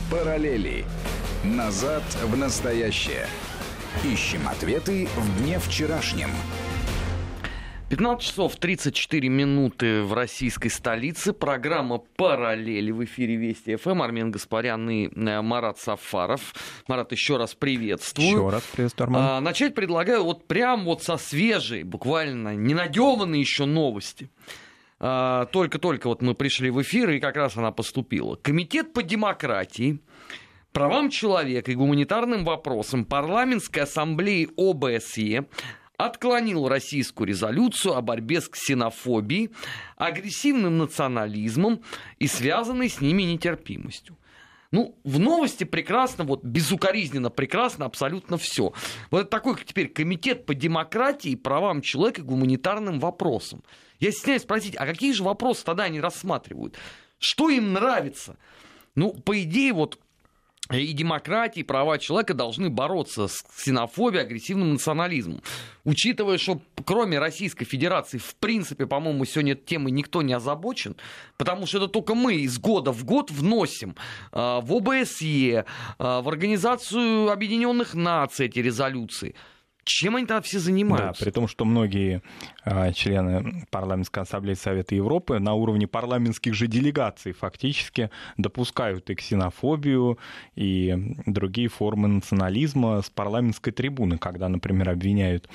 Параллели. Назад в настоящее. Ищем ответы в дне вчерашнем. 15 часов 34 минуты в российской столице. Программа «Параллели» в эфире Вести ФМ. Армен Гаспарян и Марат Сафаров. Марат, еще раз приветствую. Еще раз приветствую, Армен. Начать предлагаю прям со свежей, буквально ненадеванной еще новости. Только-только мы пришли в эфир, и как раз она поступила. Комитет по демократии, правам человека и гуманитарным вопросам Парламентской ассамблеи ОБСЕ отклонил российскую резолюцию о борьбе с ксенофобией, агрессивным национализмом и связанной с ними нетерпимостью. В новости прекрасно, безукоризненно прекрасно абсолютно все. Это такой теперь комитет по демократии, правам человека и гуманитарным вопросам. Я стесняюсь спросить, а какие же вопросы тогда они рассматривают? Что им нравится? По идее, и демократия, и права человека должны бороться с ксенофобией, агрессивным национализмом. Учитывая, что кроме Российской Федерации, в принципе, по-моему, сегодня этой темой никто не озабочен, потому что это только мы из года в год вносим в ОБСЕ, в Организацию Объединенных Наций эти резолюции. Чем они там все занимаются? Да, при том, что многие члены Парламентской ассамблеи Совета Европы на уровне парламентских же делегаций фактически допускают и ксенофобию, и другие формы национализма с парламентской трибуны, когда, например, обвиняют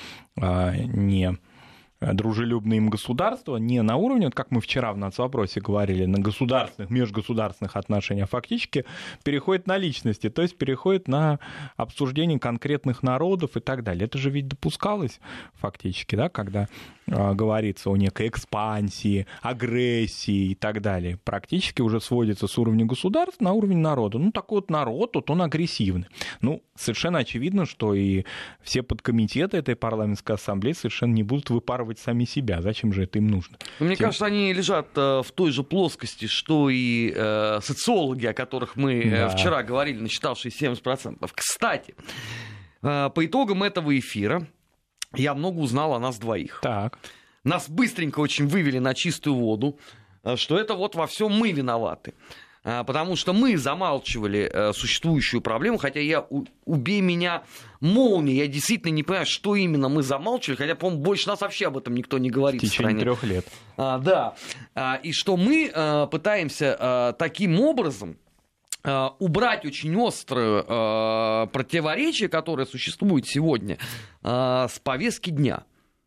не дружелюбные им государства, не на уровне, как мы вчера в нацвопросе говорили, на государственных, межгосударственных отношениях, фактически переходит на личности, то есть переходит на обсуждение конкретных народов и так далее. Это же ведь допускалось фактически, да, когда говорится о некой экспансии, агрессии и так далее. Практически уже сводится с уровня государств на уровень народа. Такой народ, он агрессивный. Совершенно очевидно, что и все подкомитеты этой парламентской ассамблеи совершенно не будут выпарывать сами себя. Зачем же это им нужно? Мне кажется, они лежат в той же плоскости, что и социологи, о которых мы вчера говорили, насчитавшие 70%. Кстати, по итогам этого эфира я много узнал о нас двоих. Так. Нас быстренько очень вывели на чистую воду, что это во всем мы виноваты. Потому что мы замалчивали существующую проблему, хотя убей меня молнией, я действительно не понимаю, что именно мы замалчивали, хотя, по-моему, больше нас вообще об этом никто не говорит. В течение 3 лет. Да. И что мы пытаемся таким образом убрать очень острое противоречие, которое существует сегодня, с повестки дня.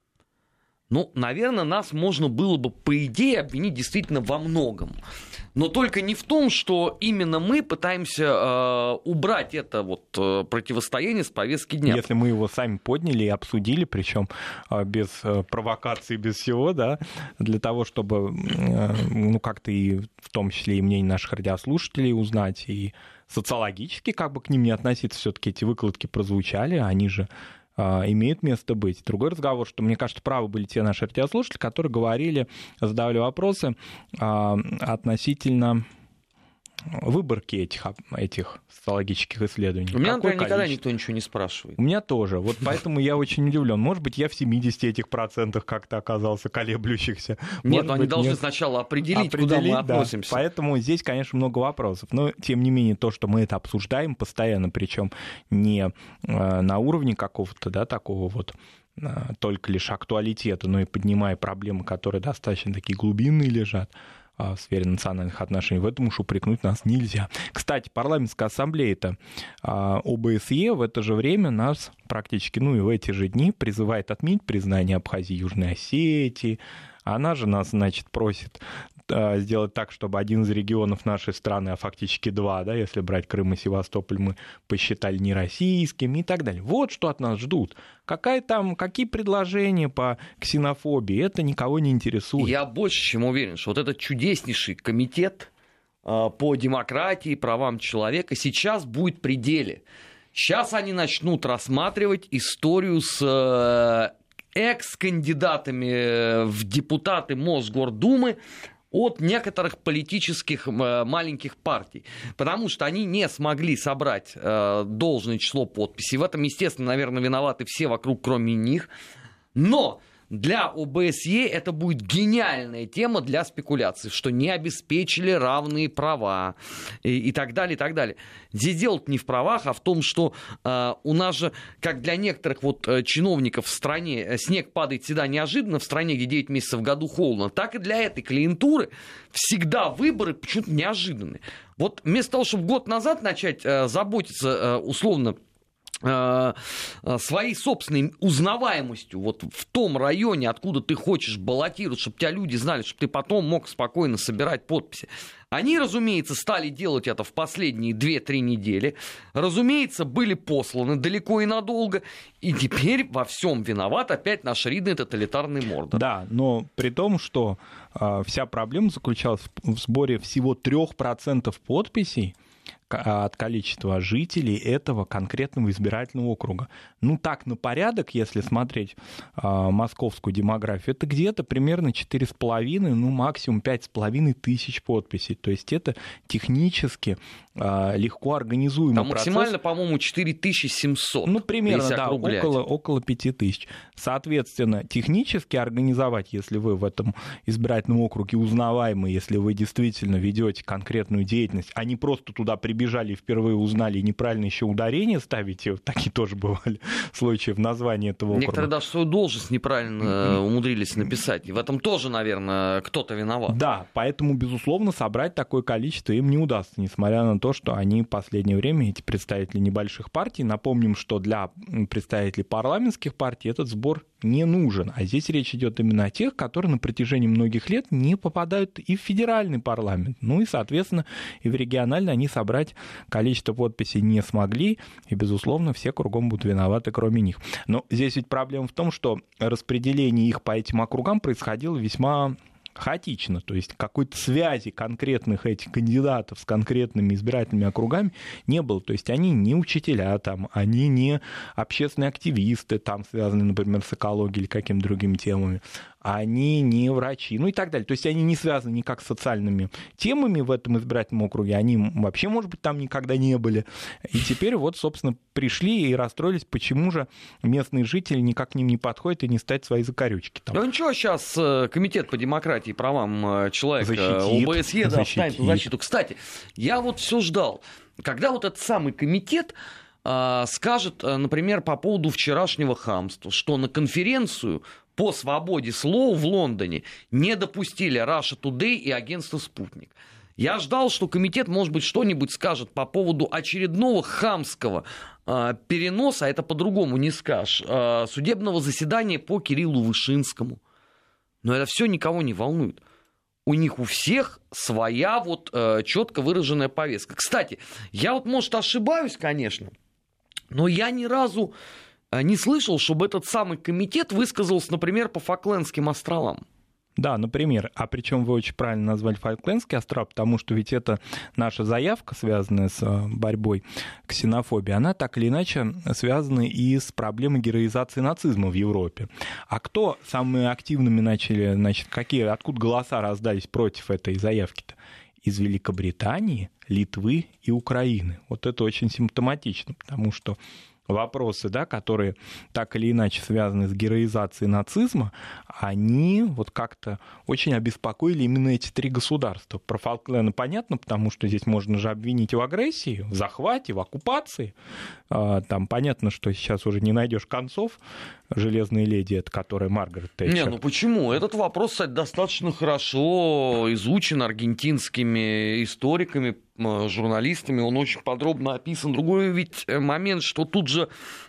Наверное, нас можно было бы, по идее, обвинить действительно во многом. Но только не в том, что именно мы пытаемся убрать это противостояние с повестки дня. Если мы его сами подняли и обсудили, причем без провокации, без всего, да, для того, чтобы как-то и в том числе и мнение наших радиослушателей узнать, и социологически к ним не относиться, все-таки эти выкладки прозвучали, они же имеют место быть. Другой разговор, что, мне кажется, правы были те наши радиослушатели, которые говорили, задавали вопросы относительно выборки этих социологических исследований. У меня, например, никогда никто ничего не спрашивает. У меня тоже. Поэтому я очень удивлен. Может быть, я в 70% как-то оказался колеблющихся. Нет, но они должны сначала определить, куда мы относимся. Да. Поэтому здесь, конечно, много вопросов. Но, тем не менее, то, что мы это обсуждаем постоянно, причем не на уровне какого-то, такого только лишь актуалитета, но и поднимая проблемы, которые достаточно такие глубинные лежат в сфере национальных отношений, в этом уж упрекнуть нас нельзя. Кстати, парламентская ассамблея ОБСЕ в это же время нас практически, и в эти же дни призывает отменить признание Абхазии и Южной Осетии. Она же нас, просит сделать так, чтобы один из регионов нашей страны, а фактически 2, если брать Крым и Севастополь, мы посчитали нероссийскими и так далее. Вот что от нас ждут. Какие предложения по ксенофобии, это никого не интересует. Я больше чем уверен, что этот чудеснейший комитет по демократии, правам человека сейчас будет в пределе. Сейчас они рассматривать историю с экс-кандидатами в депутаты Мосгордумы от некоторых политических маленьких партий, потому что они не смогли собрать должное число подписей. В этом, естественно, наверное, виноваты все вокруг, кроме них. Но для ОБСЕ это будет гениальная тема для спекуляций, что не обеспечили равные права и так далее, и так далее. Здесь дело не в правах, а в том, что у нас же, как для некоторых вот чиновников в стране, снег падает всегда неожиданно, в стране, где 9 месяцев в году холодно, так и для этой клиентуры всегда выборы почему-то неожиданные. Вот вместо того, чтобы год назад начать заботиться условно своей собственной узнаваемостью вот в том районе, откуда ты хочешь баллотировать, чтобы тебя люди знали, чтобы ты потом мог спокойно собирать подписи. Они, разумеется, стали делать это в последние 2-3 недели. Разумеется, были посланы далеко и надолго. И теперь во всем виноват опять наш ридный тоталитарный Мордор. Да, но при том, что вся проблема заключалась в сборе всего 3% подписей от количества жителей этого конкретного избирательного округа. Ну, так, на порядок, если смотреть московскую демографию, это где-то примерно 4,5, ну, максимум 5,5 тысяч подписей. То есть это технически легко организуемый там процесс. Максимально, по-моему, 4700. Ну, примерно, да, около 5000. Соответственно, технически организовать, если вы в этом избирательном округе узнаваемы, если вы действительно ведете конкретную деятельность, а не просто туда прибежали и впервые узнали, и неправильно еще ударение ставите, такие тоже бывали случаи в названии этого округа. Некоторые даже свою должность неправильно умудрились написать. И в этом тоже, наверное, кто-то виноват. Да, поэтому, безусловно, собрать такое количество им не удастся, несмотря на то, что они в последнее время, эти представители небольших партий, напомним, что для представителей парламентских партий этот сбор не нужен. А здесь речь идет именно о тех, которые на протяжении многих лет не попадают и в федеральный парламент. Ну и, соответственно, и в региональный они собрать количество подписей не смогли, и, безусловно, все кругом будут виноваты, кроме них. Но здесь ведь проблема в том, что распределение их по этим округам происходило весьма хаотично, то есть какой-то связи конкретных этих кандидатов с конкретными избирательными округами не было. То есть они не учителя, там, они не общественные активисты, там, связанные, например, с экологией или какими-то другими темами, они не врачи, ну и так далее. То есть они не связаны никак с социальными темами в этом избирательном округе, они вообще, может быть, там никогда не были. И теперь вот, собственно, пришли и расстроились, почему же местные жители никак к ним не подходят и не ставят свои закорючки там. Да ничего, сейчас Комитет по демократии и правам человека ОБСЕ встанет на защиту. Кстати, я вот все ждал, когда вот этот самый комитет скажет, например, по поводу вчерашнего хамства, что на конференцию по свободе слова в Лондоне не допустили Russia Today и агентство «Спутник». Я ждал, что комитет, может быть, что-нибудь скажет по поводу очередного хамского переноса, а это по-другому не скажешь, судебного заседания по Кириллу Вышинскому. Но это все никого не волнует. У них у всех своя вот четко выраженная повестка. Кстати, я вот, может, ошибаюсь, конечно, но я ни разу не слышал, чтобы этот самый комитет высказался, например, по Фолклендским островам. Да, например, а причем вы очень правильно назвали Фолклендские острова, потому что ведь это наша заявка, связанная с борьбой ксенофобии, она так или иначе связана и с проблемой героизации нацизма в Европе. А кто самыми активными начали, значит, откуда голоса раздались против этой заявки-то? Из Великобритании, Литвы и Украины. Вот это очень симптоматично, потому что вопросы, да, которые так или иначе связаны с героизацией нацизма, они вот как-то очень обеспокоили именно эти три государства. Про Фолкленды понятно, потому что здесь можно же обвинить в агрессии, в захвате, в оккупации. Там понятно, что сейчас уже не найдешь концов. Железная леди, это которая Маргарет Тэтчер. Не, ну почему? Этот вопрос, кстати, достаточно хорошо изучен аргентинскими историками, журналистами, он очень подробно описан. Другой ведь момент, что тут же,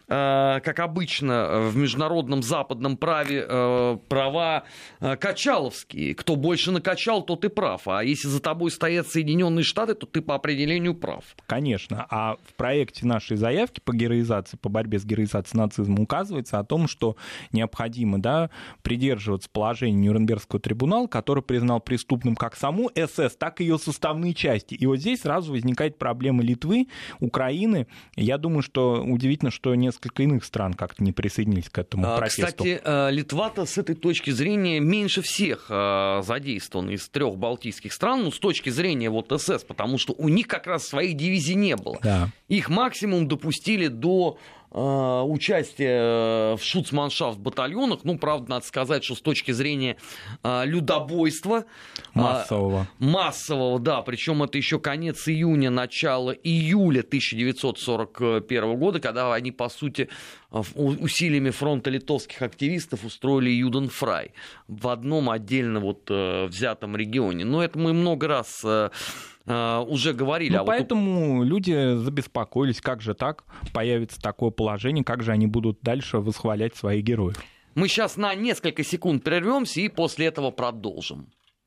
как обычно, в международном западном праве права качаловские. Кто больше накачал, тот и прав. А если за тобой стоят Соединенные Штаты, то ты по определению прав. Конечно. А в проекте нашей заявки по героизации, по борьбе с героизацией нацизма указывается о том, что необходимо, да, придерживаться положения Нюрнбергского трибунала, который признал преступным как саму СС, так и ее составные части. И вот здесь сразу возникает проблема Литвы, Украины. Я думаю, что удивительно, что несколько иных стран как-то не присоединились к этому протесту. Кстати, Литва-то с этой точки зрения меньше всех задействована из 3 балтийских стран, ну, с точки зрения вот СС, потому что у них как раз своих дивизий не было. Да. Их максимум допустили до участие в шуцманшафт-батальонах. Ну, правда, надо сказать, что с точки зрения людобойства... Массового, да. Причем это еще конец июня, начало июля 1941 года, когда они, по сути, усилиями фронта литовских активистов устроили Юденфрай в одном отдельно взятом регионе. Но это мы много раз... уже говорили. Поэтому люди забеспокоились, как же так, появится такое положение, как же они будут дальше восхвалять своих героев. Мы сейчас на несколько секунд прервемся и после этого продолжим.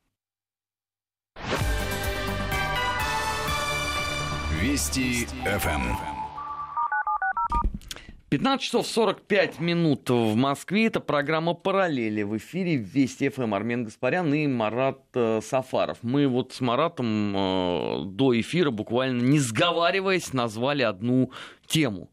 Вести ФМ. 15 часов 45 минут в Москве. Это программа «Параллели». В эфире Вести ФМ. Армен Гаспарян и Марат Сафаров. Мы с Маратом до эфира, буквально не сговариваясь, назвали одну тему.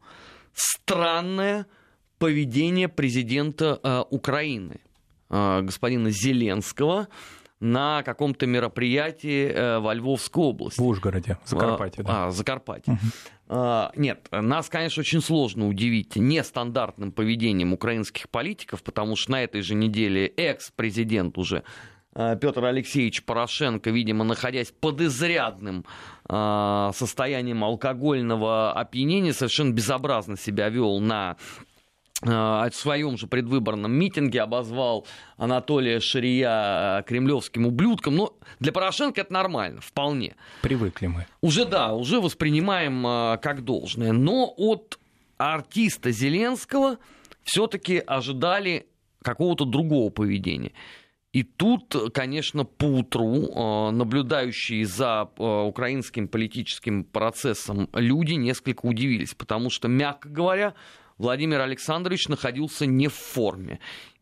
Странное поведение президента Украины, господина Зеленского, на каком-то мероприятии во Львовской области. В Ужгороде, Закарпатье. Да. Закарпатье. Нет, нас, конечно, очень сложно удивить нестандартным поведением украинских политиков, потому что на этой же неделе экс-президент уже Петр Алексеевич Порошенко, видимо, находясь под изрядным состоянием алкогольного опьянения, совершенно безобразно себя вел на в своем же предвыборном митинге, обозвал Анатолия Шария кремлевским ублюдком. Но для Порошенко это нормально, вполне. Привыкли мы. Уже воспринимаем как должное. Но от артиста Зеленского все-таки ожидали какого-то другого поведения. И тут, конечно, поутру наблюдающие за украинским политическим процессом люди несколько удивились, потому что, мягко говоря, Владимир Александрович находился не в форме,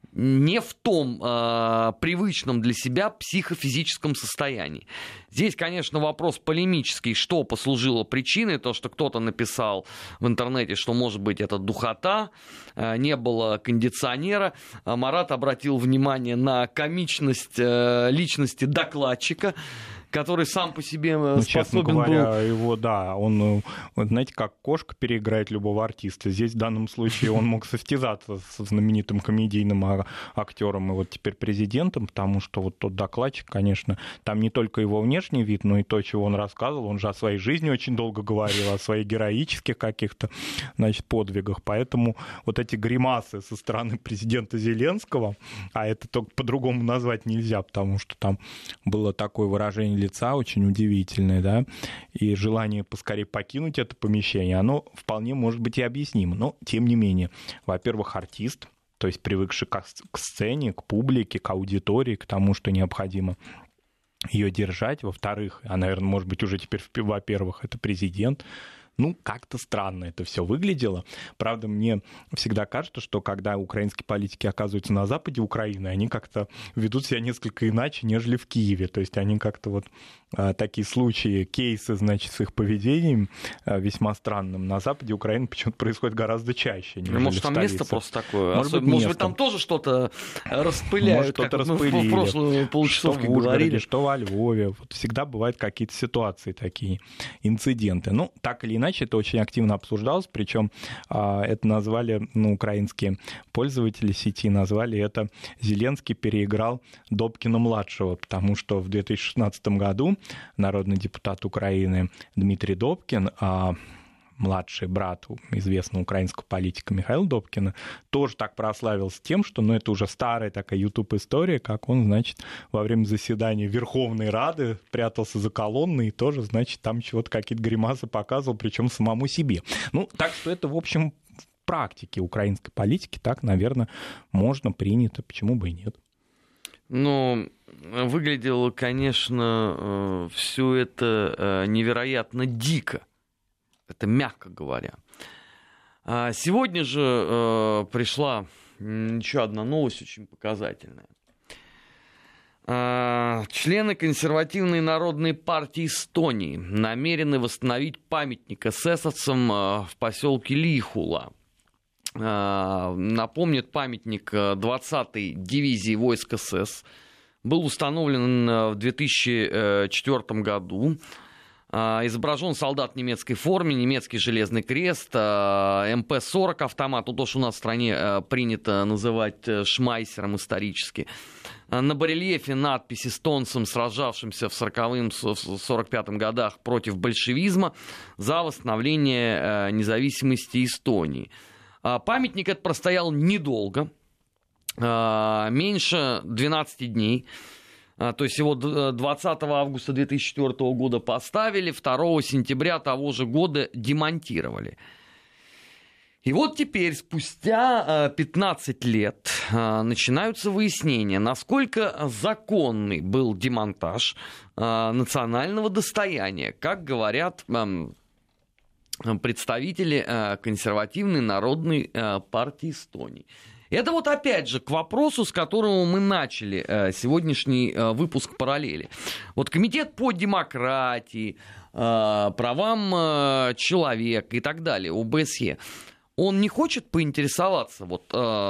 не в том привычном для себя психофизическом состоянии. Здесь, конечно, вопрос полемический, что послужило причиной, то, что кто-то написал в интернете, что, может быть, это духота, не было кондиционера. Марат обратил внимание на комичность личности докладчика, который сам по себе способен честно говоря, его, да, он, знаете, как кошка переиграет любого артиста. Здесь в данном случае он мог состязаться со знаменитым комедийным актером и вот теперь президентом, потому что вот тот докладчик, конечно, там не только его внешний вид, но и то, чего он рассказывал. Он же о своей жизни очень долго говорил, о своих героических каких-то, значит, подвигах. Поэтому вот эти гримасы со стороны президента Зеленского, а это только по-другому назвать нельзя, потому что там было такое выражение лица очень удивительное, да, и желание поскорее покинуть это помещение, оно вполне может быть и объяснимо. Но, тем не менее, во-первых, артист, то есть привыкший к сцене, к публике, к аудитории, к тому, что необходимо ее держать. Во-вторых, а, наверное, может быть, уже теперь, во-первых, это президент. Ну, как-то странно это все выглядело. Правда, мне всегда кажется, что когда украинские политики оказываются на западе Украины, они как-то ведут себя несколько иначе, нежели в Киеве. То есть они как-то вот такие случаи, кейсы, значит, с их поведением весьма странным. На западе Украины почему-то происходит гораздо чаще, нежели может, в столице. там место просто такое? Может быть, там тоже что-то распыляют, может, как мы в прошлую полчасовке говорили. Что во Львове. Вот всегда бывают какие-то ситуации такие, инциденты. Ну, так или иначе, это очень активно обсуждалось, причем это назвали, украинские пользователи сети назвали это «Зеленский переиграл Добкина-младшего», потому что в 2016 году народный депутат Украины Дмитрий Добкин, младший брат известного украинского политика Михаила Добкина, тоже так прославился тем, что, это уже старая такая YouTube-история, как он, значит, во время заседания Верховной Рады прятался за колонной и тоже, значит, там чего-то какие-то гримасы показывал, причем самому себе. Так что это, в общем, в практике украинской политики так, наверное, можно, принято, почему бы и нет. Выглядело, конечно, все это невероятно дико. Это мягко говоря. Сегодня же пришла еще одна новость очень показательная. Члены консервативной народной партии Эстонии намерены восстановить памятник эсэсовцам в поселке Лихула. Напомню, памятник 20-й дивизии войск СС был установлен в 2004 году. Изображен солдат в немецкой форме, немецкий железный крест, МП-40 автомат, то, что у нас в стране принято называть шмайсером исторически. На барельефе надпись эстонцам, сражавшимся в 40-45 годах против большевизма за восстановление независимости Эстонии. Памятник этот простоял недолго, меньше 12 дней. То есть его 20 августа 2004 года поставили, 2 сентября того же года демонтировали. И вот теперь, спустя 15 лет, начинаются выяснения, насколько законный был демонтаж национального достояния, как говорят представители консервативной народной партии Эстонии. Это вот опять же к вопросу, с которого мы начали сегодняшний выпуск «Параллели». Вот Комитет по демократии, правам человека и так далее, ОБСЕ, он не хочет поинтересоваться вот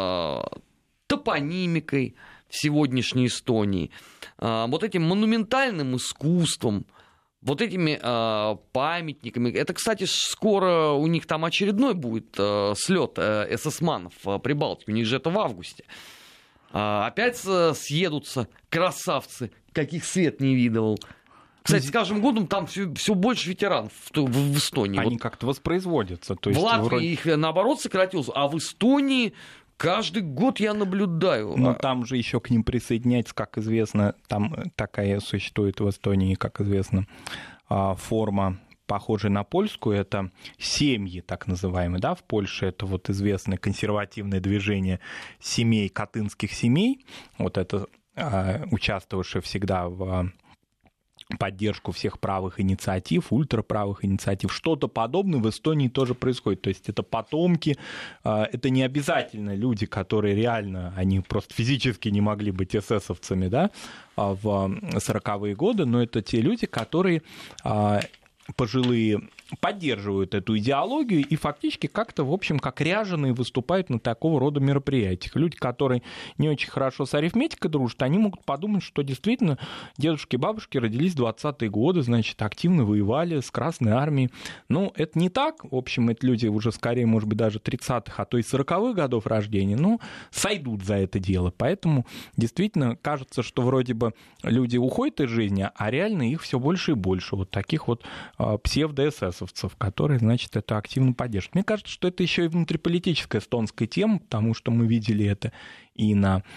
топонимикой в сегодняшней Эстонии, вот этим монументальным искусством, вот этими памятниками. Это, кстати, скоро у них там очередной будет слет эсэсманов в Прибалтике. У них же это в августе. Опять съедутся красавцы, каких свет не видывал. Кстати, с каждым годом там все больше ветеранов в Эстонии. Они вот как-то воспроизводятся. То есть в Латвии их, наоборот, сократилось, а в Эстонии каждый год я наблюдаю. Но там же еще к ним присоединяется, как известно, там такая существует в Эстонии, как известно, форма, похожая на польскую, это семьи, так называемые, да, в Польше это вот известное консервативное движение семей, катынских семей, вот это участвовавшее всегда в поддержку всех правых инициатив, ультраправых инициатив. Что-то подобное в Эстонии тоже происходит. То есть это потомки, это не обязательно люди, которые реально, они просто физически не могли быть эсэсовцами, да, в 40-е годы, но это те люди, которые пожилые поддерживают эту идеологию и фактически как-то, в общем, как ряженые выступают на такого рода мероприятиях. Люди, которые не очень хорошо с арифметикой дружат, они могут подумать, что действительно дедушки и бабушки родились в 20-е годы, значит, активно воевали с Красной Армией. Ну, это не так. В общем, это люди уже скорее, может быть, даже 30-х, а то и 40-х годов рождения, но сойдут за это дело. Поэтому действительно кажется, что вроде бы люди уходят из жизни, а реально их все больше и больше. Вот таких вот псевдо-эсэсовцев, которые, значит, это активно поддерживают. Мне кажется, что это еще и внутриполитическая эстонская тема, потому что мы видели это и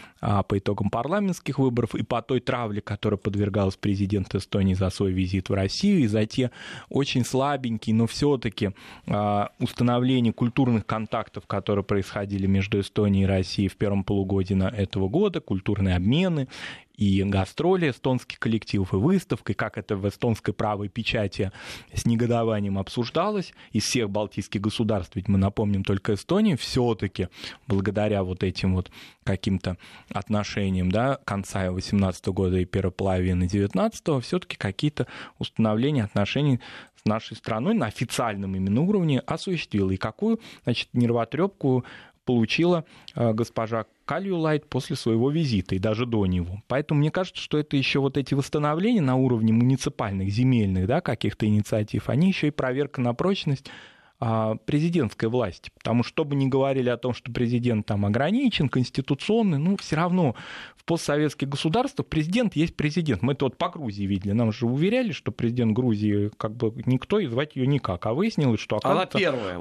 по итогам парламентских выборов, и по той травле, которой подвергалась президент Эстонии за свой визит в Россию, и за те очень слабенькие, но все-таки установление культурных контактов, которые происходили между Эстонией и Россией в первом полугодии этого года, культурные обмены, и гастроли эстонских коллективов, и выставка, и как это в эстонской правой печати с негодованием обсуждалось из всех балтийских государств, ведь мы напомним только Эстонию, все-таки благодаря вот этим вот каким-то отношениям, да, конца 18 года и первой половины 19-го, все-таки какие-то установления отношений с нашей страной на официальном именно уровне осуществила. И какую, значит, нервотрепку получила госпожа Кальюлайд после своего визита и даже до него. Поэтому мне кажется, что это еще вот эти восстановления на уровне муниципальных, земельных, да, каких-то инициатив, они еще и проверка на прочность президентской власти. Потому что, что бы ни говорили о том, что президент там ограничен, конституционный, ну, все равно в постсоветских государствах президент есть президент. Мы это вот по Грузии видели. Нам же уверяли, что президент Грузии как бы никто, и звать ее никак. А выяснилось, что она первая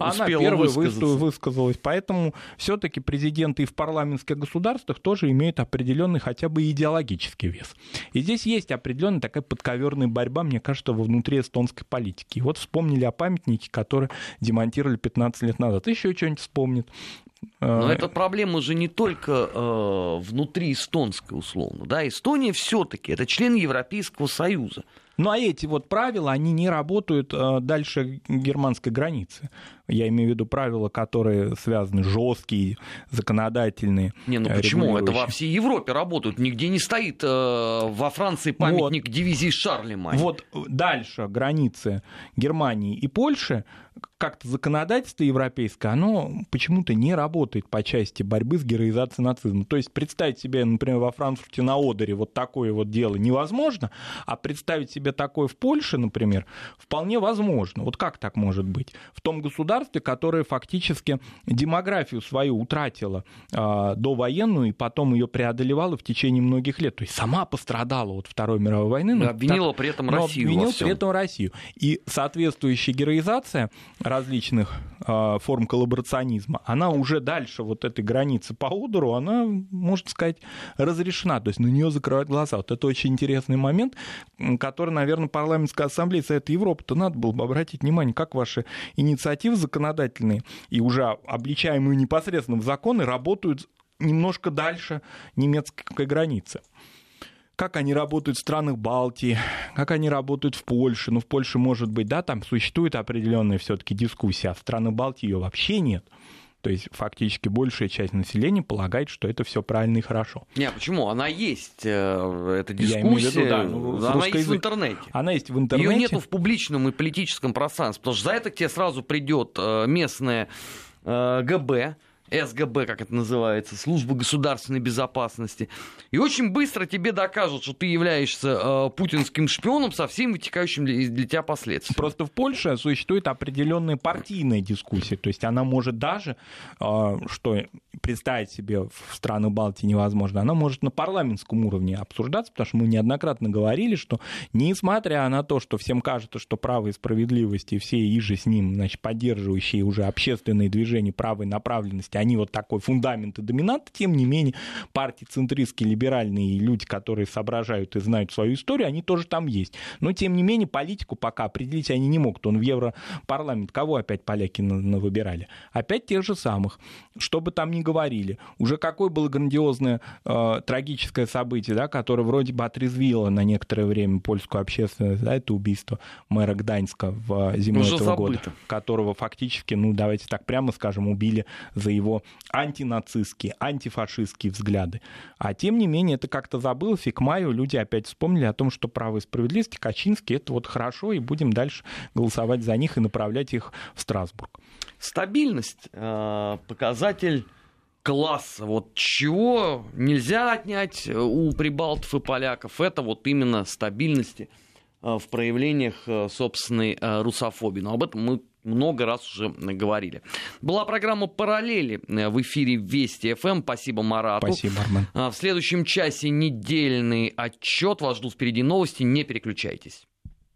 высказалась. Поэтому все-таки президенты и в парламентских государствах тоже имеют определенный хотя бы идеологический вес. И здесь есть определенная такая подковерная борьба, мне кажется, внутри эстонской политики. И вот вспомнили о памятнике, который демонтировали 15 лет назад. Еще что-нибудь вспомнит. Но эта проблема же не только внутри эстонской, условно. Да? Эстония все-таки это член Европейского Союза. Ну а эти вот правила, они не работают дальше германской границы. Я имею в виду правила, которые связаны, жесткие, законодательные. Не, ну почему? Это во всей Европе работают. Нигде не стоит во Франции памятник дивизии Шарлемань. Вот дальше границы Германии и Польши, как-то законодательство европейское, оно почему-то не работает по части борьбы с героизацией нацизма. То есть представить себе, например, во Франкфурте на Одере вот такое вот дело невозможно, а представить себе себе такое в Польше, например, вполне возможно. Вот как так может быть? В том государстве, которое фактически демографию свою утратило довоенную, и потом ее преодолевало в течение многих лет. То есть сама пострадала от Второй мировой войны. Обвинила при этом Россию. Обвинила при этом Россию. И соответствующая героизация различных форм коллаборационизма, она уже дальше вот этой границы по Одеру, она, можно сказать, разрешена. То есть на нее закрывают глаза. Вот это очень интересный момент, который, наверное, парламентской ассамблее Совета Европы-то надо было бы обратить внимание, как ваши инициативы законодательные и уже обличаемые непосредственно в законы работают немножко дальше немецкой границы. Как они работают в странах Балтии, как они работают в Польше. Ну, в Польше, может быть, да, там существует определенная все-таки дискуссия, а в странах Балтии ее вообще нет. То есть фактически большая часть населения полагает, что это все правильно и хорошо. Нет, почему? Она есть, эта дискуссия, я имею в виду, да, она есть в интернете. Она есть в интернете. Ее нету в публичном и политическом пространстве, потому что за это к тебе сразу придет местное ГБ, СГБ, как это называется, Служба государственной безопасности, и очень быстро тебе докажут, что ты являешься путинским шпионом со всеми вытекающими для тебя последствиями. Просто в Польше существует определенная партийная дискуссия, то есть она может даже, что представить себе в странах Балтии невозможно, она может на парламентском уровне обсуждаться, потому что мы неоднократно говорили, что несмотря на то, что всем кажется, что право и справедливость и все иже с ним, значит, поддерживающие уже общественные движения правой направленности, они вот такой фундамент и доминант, тем не менее партии центристские, либеральные и люди, которые соображают и знают свою историю, они тоже там есть. Но тем не менее политику пока определить они не могут. Он в Европарламент. Кого опять поляки навыбирали? Опять тех же самых. Что бы там ни говорили. Уже какое было грандиозное трагическое событие, да, которое вроде бы отрезвило на некоторое время польскую общественность, да, это убийство мэра Гданьска в зиму уже этого года, которого фактически, ну давайте так прямо скажем, убили за его антинацистские, антифашистские взгляды. А тем не менее, это как-то забылось, и к маю люди опять вспомнили о том, что право и справедливость, Качинский, это вот хорошо, и будем дальше голосовать за них и направлять их в Страсбург. Стабильность, показатель класса. Вот чего нельзя отнять у прибалтов и поляков, это вот именно стабильности в проявлениях собственной русофобии. Но об этом мы много раз уже говорили. Была программа «Параллели» в эфире Вести ФМ. Спасибо Марату. Спасибо, Армен. В следующем часе недельный отчет. Вас ждут впереди новости. Не переключайтесь.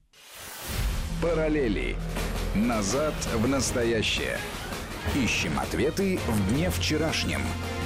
«Параллели». Назад в настоящее. Ищем ответы в дне вчерашнем.